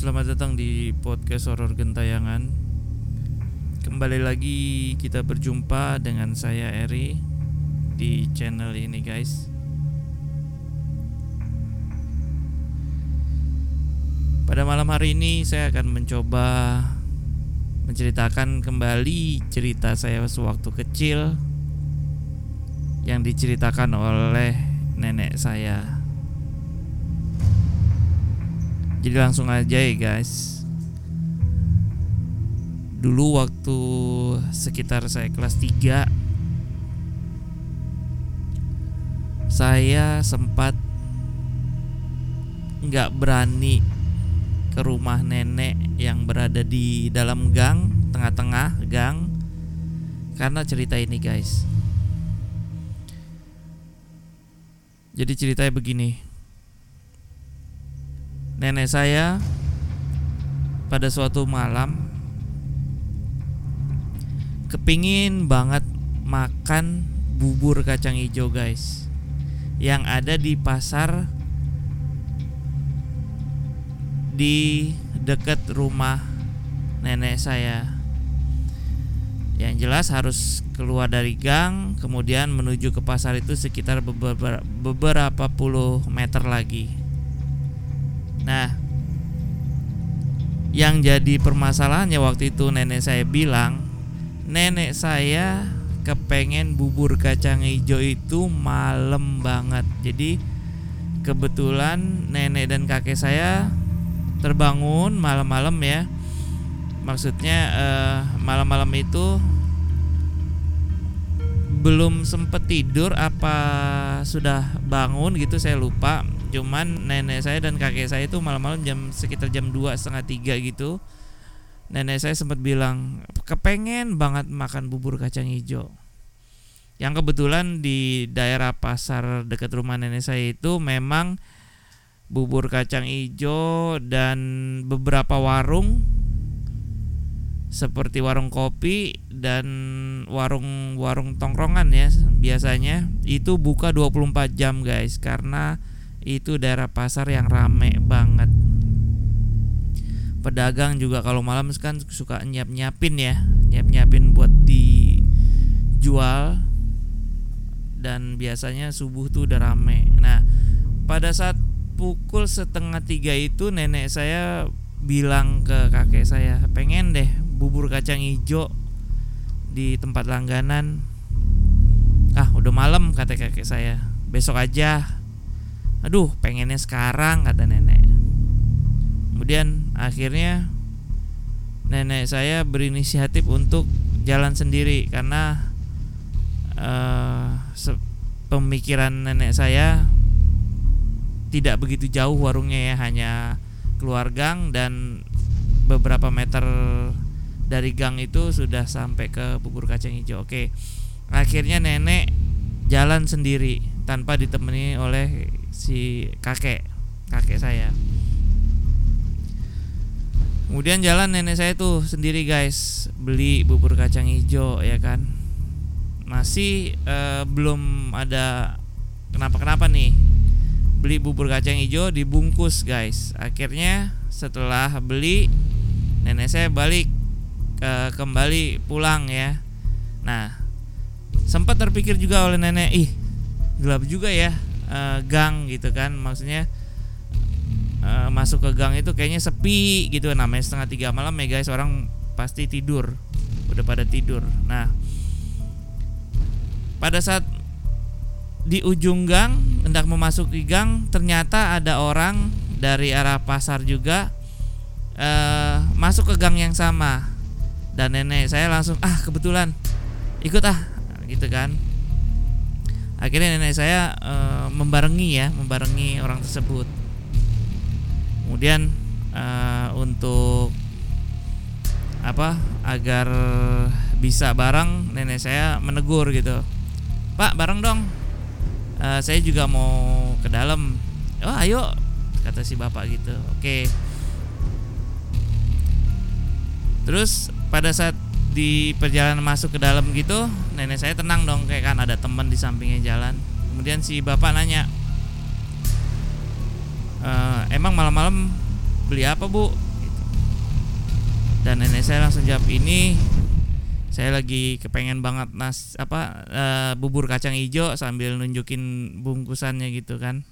Selamat datang di podcast horor gentayangan. Kembali lagi kita berjumpa dengan saya Eri di channel ini, guys. Pada malam hari ini saya akan mencoba menceritakan kembali cerita saya sewaktu kecil yang diceritakan oleh nenek saya. Jadi langsung aja ya guys. Dulu waktu sekitar saya kelas 3, saya sempat gak berani ke rumah nenek yang berada di dalam gang, tengah-tengah gang, karena cerita ini guys. Jadi ceritanya begini. Nenek saya pada suatu malam kepingin banget makan bubur kacang hijau guys, yang ada di pasar di dekat rumah nenek saya. Yang jelas harus keluar dari gang, kemudian menuju ke pasar itu sekitar beberapa puluh meter lagi. Nah, yang jadi permasalahannya waktu itu nenek saya bilang, nenek saya kepengen bubur kacang hijau itu malam banget. Jadi kebetulan nenek dan kakek saya terbangun malam-malam ya. Maksudnya malam-malam itu belum sempet tidur apa sudah bangun gitu, saya lupa. Cuman nenek saya dan kakek saya itu malam-malam sekitar jam 2:30 gitu. Nenek saya sempat bilang kepengen banget makan bubur kacang hijau. Yang kebetulan di daerah pasar dekat rumah nenek saya itu memang bubur kacang hijau dan beberapa warung seperti warung kopi dan warung tongkrongan ya biasanya itu buka 24 jam guys, karena itu daerah pasar yang rame banget. Pedagang juga kalau malam kan suka nyiapin buat dijual, dan biasanya subuh tuh udah rame. Nah, pada saat pukul 2:30 itu nenek saya bilang ke kakek saya, pengen deh bubur kacang hijau di tempat langganan. Udah malam, kata kakek saya, besok aja. Aduh, pengennya sekarang, kata nenek. Kemudian akhirnya nenek saya berinisiatif untuk jalan sendiri, karena pemikiran nenek saya tidak begitu jauh warungnya ya, hanya keluar gang dan beberapa meter dari gang itu sudah sampai ke bubur kacang hijau. Oke. Akhirnya nenek jalan sendiri tanpa ditemani oleh si kakek saya. Kemudian jalan nenek saya tuh sendiri guys, beli bubur kacang hijau ya kan. Masih belum ada kenapa nih. Beli bubur kacang hijau dibungkus guys. Akhirnya setelah beli, nenek saya balik kembali pulang ya. Nah, sempat terpikir juga oleh nenek, gelap juga ya gang gitu kan. Maksudnya masuk ke gang itu kayaknya sepi gitu. Namanya 2:30 malam ya guys, orang pasti tidur, udah pada tidur. Nah, pada saat di ujung gang hendak memasuki gang, ternyata ada orang dari arah pasar juga masuk ke gang yang sama. Dan nenek saya langsung kebetulan ikut gitu kan. Akhirnya nenek saya membarengi orang tersebut. Kemudian untuk agar bisa bareng, nenek saya menegur gitu, "Pak, bareng dong. Saya juga mau ke dalam." "Oh, ayo," kata si bapak gitu. Oke. Terus pada saat di perjalanan masuk ke dalam gitu, nenek saya tenang dong, kayak kan ada teman di sampingnya jalan. Kemudian si bapak nanya, emang malam-malam beli apa bu? Dan nenek saya langsung jawab, ini saya lagi kepengen banget bubur kacang hijau, sambil nunjukin bungkusannya gitu kan.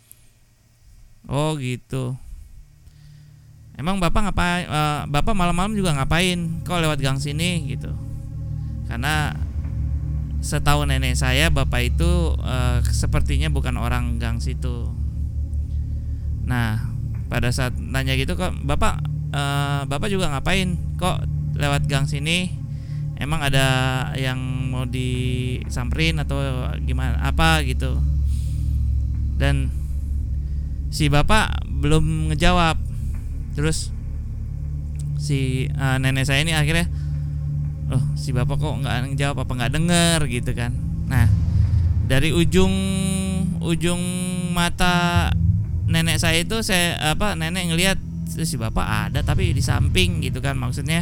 Oh gitu. Emang bapak ngapain? Bapak malam-malam juga ngapain? Kok lewat gang sini gitu? Karena setahu nenek saya, bapak itu sepertinya bukan orang gang situ. Nah, pada saat nanya gitu, kok bapak juga ngapain? Kok lewat gang sini? Emang ada yang mau disamperin atau gimana? Apa gitu? Dan si bapak belum ngejawab. Terus si nenek saya ini akhirnya, si bapak kok nggak ngejawab, apa nggak denger gitu kan. Nah, dari ujung mata nenek saya itu nenek ngelihat si bapak ada tapi di samping gitu kan. Maksudnya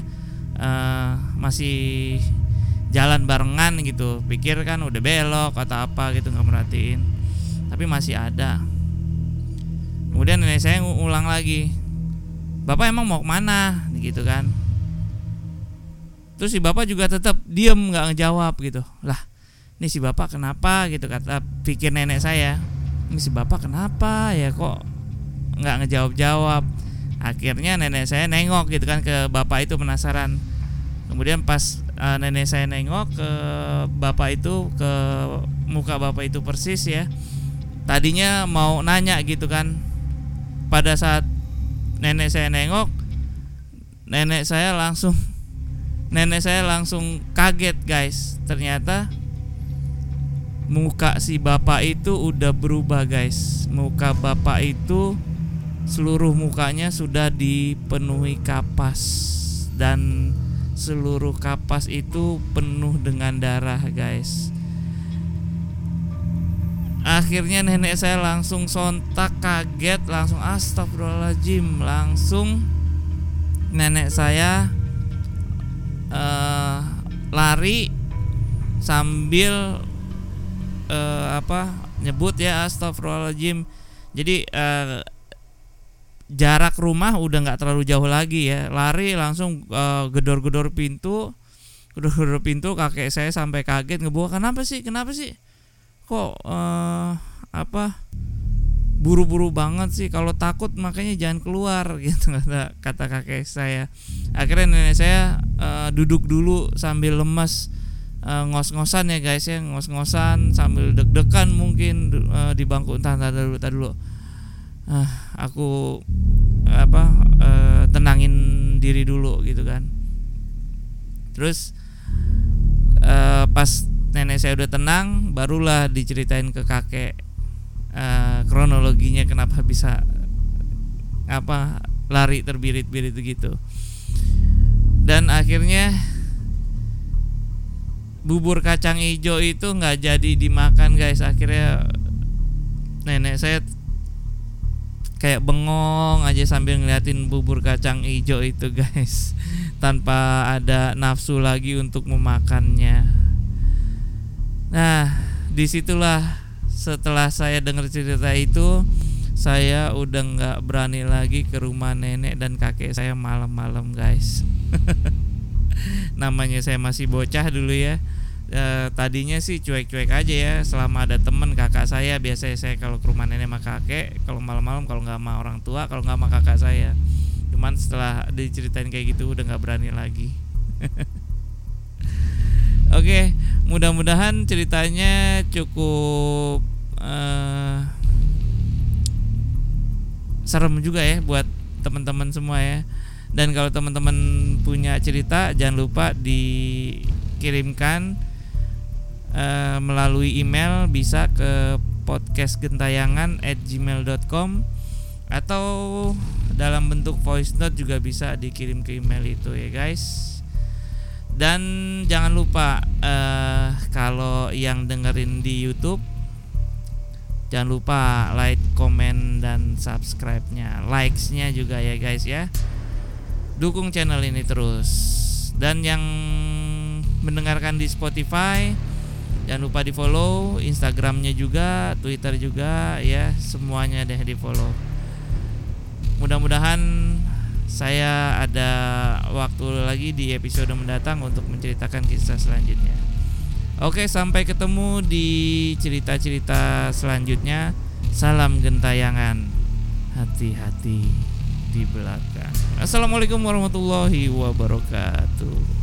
masih jalan barengan gitu. Pikir kan udah belok atau apa gitu, nggak merhatiin, tapi masih ada. Kemudian nenek saya ulang lagi, bapak emang mau kemana gitu kan. Terus si bapak juga tetap diem, nggak ngejawab gitu. Lah, ini si bapak kenapa gitu, kata pikir nenek saya. Ini si bapak kenapa ya kok nggak ngejawab-jawab. Akhirnya nenek saya nengok gitu kan ke bapak itu, penasaran. Kemudian pas nenek saya nengok ke bapak itu, ke muka bapak itu persis ya, tadinya mau nanya gitu kan. Pada saat nenek saya nengok, nenek saya langsung kaget guys. Ternyata muka si bapak itu udah berubah guys. Muka bapak itu, seluruh mukanya sudah dipenuhi kapas, dan seluruh kapas itu penuh dengan darah guys. Akhirnya nenek saya langsung sontak kaget, langsung astagfirullahaladzim. Langsung nenek saya lari sambil nyebut ya astagfirullahaladzim. Jadi jarak rumah udah nggak terlalu jauh lagi ya. Lari langsung gedor-gedor pintu. Kakek saya sampai kaget, ngebawa, kenapa sih kok buru-buru banget sih, kalau takut makanya jangan keluar gitu, kata kakek saya. Akhirnya nenek saya duduk dulu sambil lemas, ngos-ngosan ya guys ya, ngos-ngosan sambil deg-degan mungkin di bangku. Entah dulu aku tenangin diri dulu gitu kan. Terus pas nenek saya udah tenang, barulah diceritain ke kakek kronologinya kenapa bisa lari terbirit-birit gitu. Dan akhirnya bubur kacang hijau itu nggak jadi dimakan guys. Akhirnya nenek saya kayak bengong aja sambil ngeliatin bubur kacang hijau itu guys, tanpa ada nafsu lagi untuk memakannya. Nah, disitulah setelah saya dengar cerita itu, saya udah nggak berani lagi ke rumah nenek dan kakek saya malam-malam guys. Namanya saya masih bocah dulu ya. Tadinya sih cuek-cuek aja ya, selama ada temen kakak saya. Biasanya saya kalau ke rumah nenek sama kakek, kalau malam-malam kalau nggak sama orang tua, kalau nggak sama kakak saya. Cuman setelah diceritain kayak gitu udah nggak berani lagi. Oke, mudah-mudahan ceritanya cukup serem juga ya buat teman-teman semua ya. Dan kalau teman-teman punya cerita, jangan lupa dikirimkan melalui email, bisa ke podcastgentayangan@gmail.com, atau dalam bentuk voice note juga bisa dikirim ke email itu ya guys. Dan jangan lupa kalau yang dengerin di YouTube, jangan lupa like, komen, dan subscribe-nya, likes-nya juga ya guys ya. Dukung channel ini terus. Dan yang mendengarkan di Spotify, jangan lupa di follow Instagramnya juga, Twitter juga ya, semuanya deh di follow. Mudah-mudahan saya ada waktu lagi di episode mendatang untuk menceritakan kisah selanjutnya. Oke, sampai ketemu di cerita-cerita selanjutnya. Salam gentayangan, hati-hati di belakang. Assalamualaikum warahmatullahi wabarakatuh.